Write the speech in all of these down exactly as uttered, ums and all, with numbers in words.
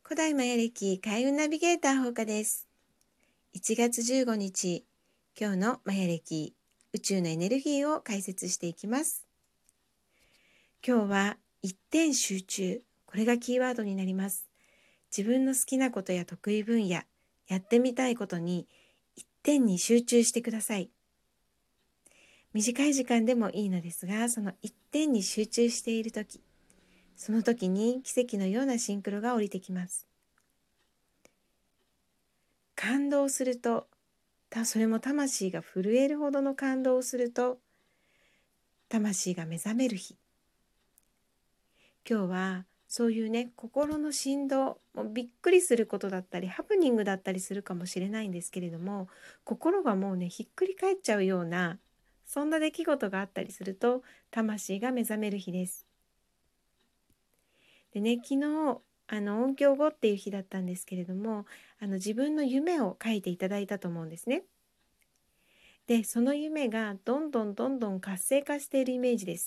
古代マヤ暦開運ナビゲーターほうかです。いちがつじゅうごにち、今日のマヤ暦宇宙のエネルギーを解説していきます。今日は一点集中、これがキーワードになります。自分の好きなことや得意分野、やってみたいことに一点に集中してください。短い時間でもいいのですが、その一点に集中しているとき、その時に奇跡のようなシンクロが降りてきます。感動すると、それも魂が震えるほどの感動をすると、魂が目覚める日。今日はそういうね、心の振動、もうびっくりすることだったり、ハプニングだったりするかもしれないんですけれども、心がもうね、ひっくり返っちゃうような、そんな出来事があったりすると、魂が目覚める日です。でね、昨日、あの音響後っていう日だったんですけれども、あの自分の夢を書いていただいたと思うんですね。で、その夢がどんどんどんどん活性化しているイメージです。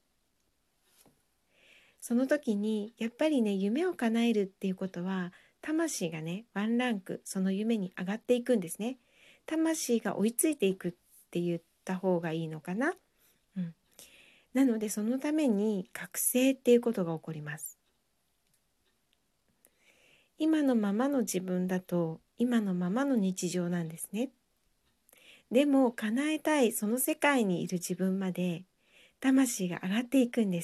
その時にやっぱりね、夢を叶えるっていうことは、魂がね、ワンランクその夢に上がっていくんですね。魂が追いついていくって言った方がいいのかな。うん、なのでそのために覚醒っていうことが起こります。今のままの自分だと今のままの日常なんですね。でも叶えたいその世界にいる自分まで魂が上がっていくんです。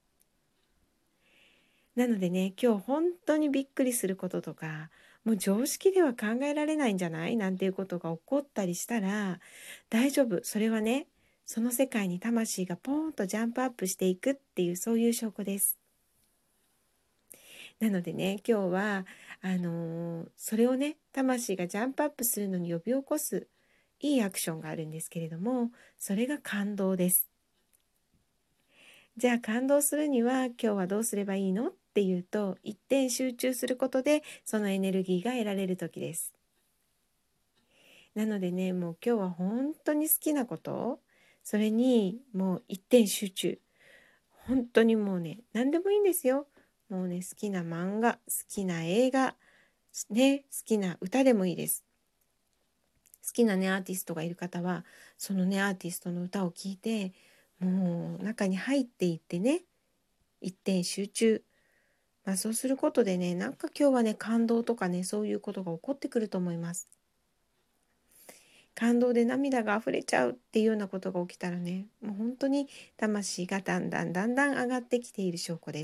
なのでね、今日本当にびっくりすることとか、もう常識では考えられないんじゃないなんていうことが起こったりしたら、大丈夫。それはね、その世界に魂がポーンとジャンプアップしていくっていう、そういう証拠です。なのでね、今日は、あのーそれをね、魂がジャンプアップするのに呼び起こすいいアクションがあるんですけれども、それが感動です。じゃあ感動するには今日はどうすればいいのっていうと、一点集中することでそのエネルギーが得られる時です。なのでね、もう今日は本当に好きなこと、それにもう一点集中。本当にもうね、何でもいいんですよ。もうね、好きな漫画、好きな映画、ね、好きな歌でもいいです。好きなね、アーティストがいる方は、そのね、アーティストの歌を聴いて、もう中に入っていってね、一点集中。まあ、そうすることでね、なんか今日はね、感動とかね、そういうことが起こってくると思います。感動で涙が溢れちゃうっていうようなことが起きたらね、もう本当に魂がだんだんだんだん上がってきている証拠です。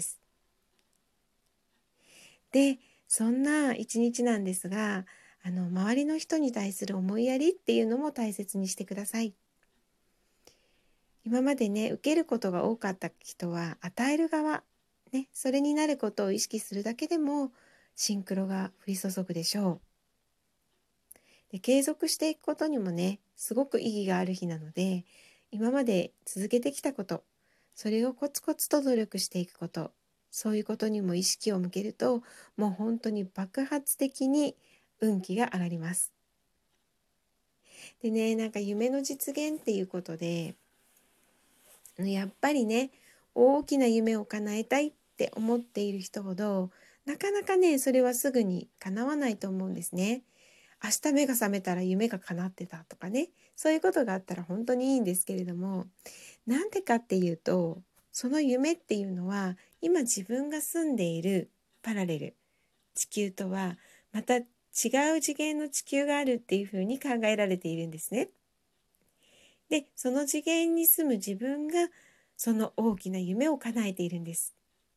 で、そんな一日なんですが、あの周りの人に対する思いやりっていうのも大切にしてください。今までね、受けることが多かった人は与える側、ね、それになることを意識するだけでもシンクロが降り注ぐでしょう。で、継続していくことにもね、すごく意義がある日なので、今まで続けてきたこと、それをコツコツと努力していくこと、そういうことにも意識を向けると、もう本当に爆発的に運気が上がります。でね、なんか夢の実現っていうことで、やっぱりね、大きな夢を叶えたいって思っている人ほど、なかなかね、それはすぐに叶わないと思うんですね。明日目が覚めたら夢が叶ってたとかね、そういうことがあったら本当にいいんですけれども、なんでかっていうと、その夢っていうのは今自分が住んでいるパラレル地球とはまた違う次元の地球があるっていうふうに考えられているんですね。で、その次元に住む自分がその大きな夢を叶えているんです。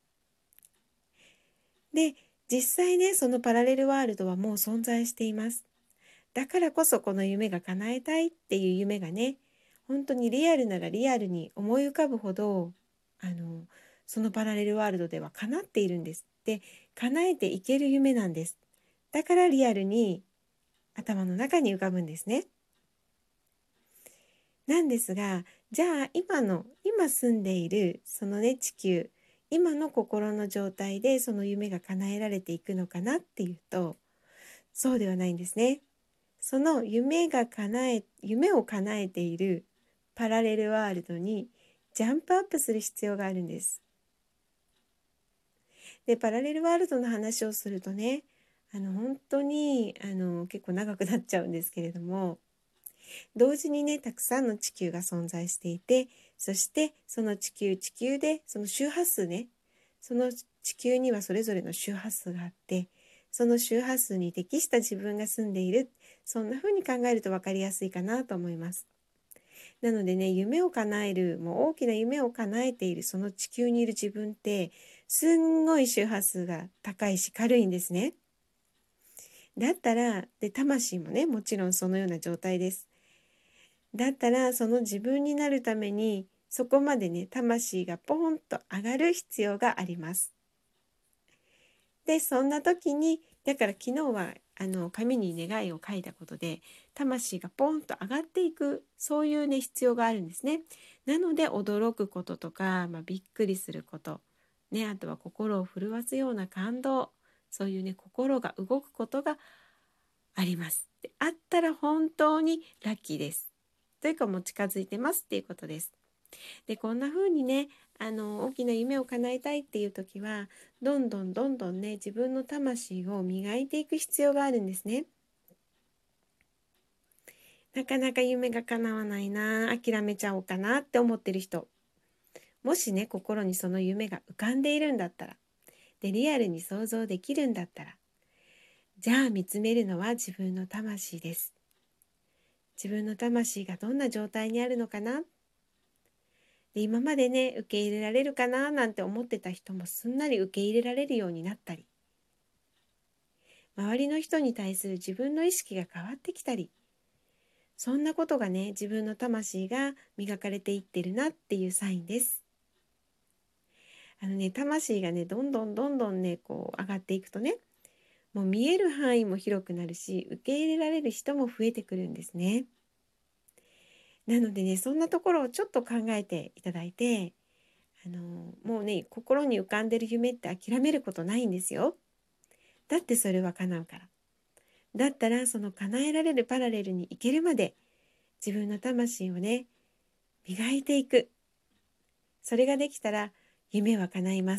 で、実際ね、そのパラレルワールドはもう存在しています。だからこそこの夢が叶えたいっていう夢がね、本当にリアルならリアルに思い浮かぶほど、あの、そのパラレルワールドでは叶っているんです。で、叶えていける夢なんです。だからリアルに頭の中に浮かぶんですね。なんですが、じゃあ今の、今住んでいるそのね、地球、今の心の状態でその夢が叶えられていくのかなっていうと、そうではないんですね。その夢が叶え、夢を叶えているパラレルワールドにジャンプアップする必要があるんです。 でパラレルワールドの話をするとね、あの本当にあの結構長くなっちゃうんですけれども、同時にねたくさんの地球が存在していて、そしてその地球地球でその周波数ね、その地球にはそれぞれの周波数があって、その周波数に適した自分が住んでいる、そんな風に考えると分かりやすいかなと思います。なのでね、夢を叶える、もう大きな夢を叶えているその地球にいる自分って、すんごい周波数が高いし軽いんですね。だったら、で、魂もね、もちろんそのような状態です。だったら、その自分になるために、そこまでね、魂がポーンと上がる必要があります。で、そんな時に、だから昨日はあの紙に願いを書いたことで、魂がポンと上がっていく、そういうね必要があるんですね。なので驚くこととか、まあ、びっくりすること、ね、あとは心を震わすような感動、そういうね心が動くことがあります。であったら本当にラッキーです。というかもう近づいてますっていうことです。でこんな風にね、あの大きな夢を叶えたいっていう時は、どんどんどんどんね自分の魂を磨いていく必要があるんですね。なかなか夢が叶わないな、諦めちゃおうかなって思ってる人、もしね心にその夢が浮かんでいるんだったら、でリアルに想像できるんだったら、じゃあ見つめるのは自分の魂です。自分の魂がどんな状態にあるのかな。で今までね受け入れられるかななんて思ってた人もすんなり受け入れられるようになったり、周りの人に対する自分の意識が変わってきたり、そんなことがね自分の魂が磨かれていってるなっていうサインです。あのね魂がねどんどんどんどんねこう上がっていくとね、もう見える範囲も広くなるし、受け入れられる人も増えてくるんですね。なのでねそんなところをちょっと考えていただいて、あのもうね心に浮かんでる夢って諦めることないんですよ。だってそれは叶うから。だったらその叶えられるパラレルに行けるまで自分の魂をね磨いていく。それができたら夢は叶います。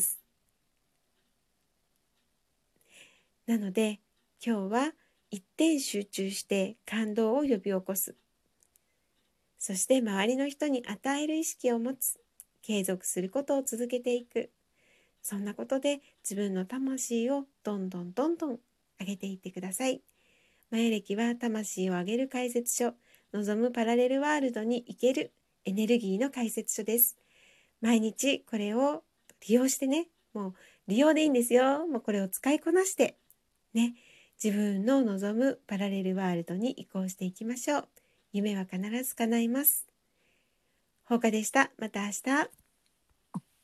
なので今日は一点集中して感動を呼び起こす。そして周りの人に与える意識を持つ。継続することを続けていく。そんなことで自分の魂をどんどんどんどん上げていってください。マヤ暦は魂を上げる解説書、望むパラレルワールドに行けるエネルギーの解説書です。毎日これを利用してね、もう利用でいいんですよ。もうこれを使いこなしてね、自分の望むパラレルワールドに移行していきましょう。夢は必ず叶います。ほうかでした。また明日。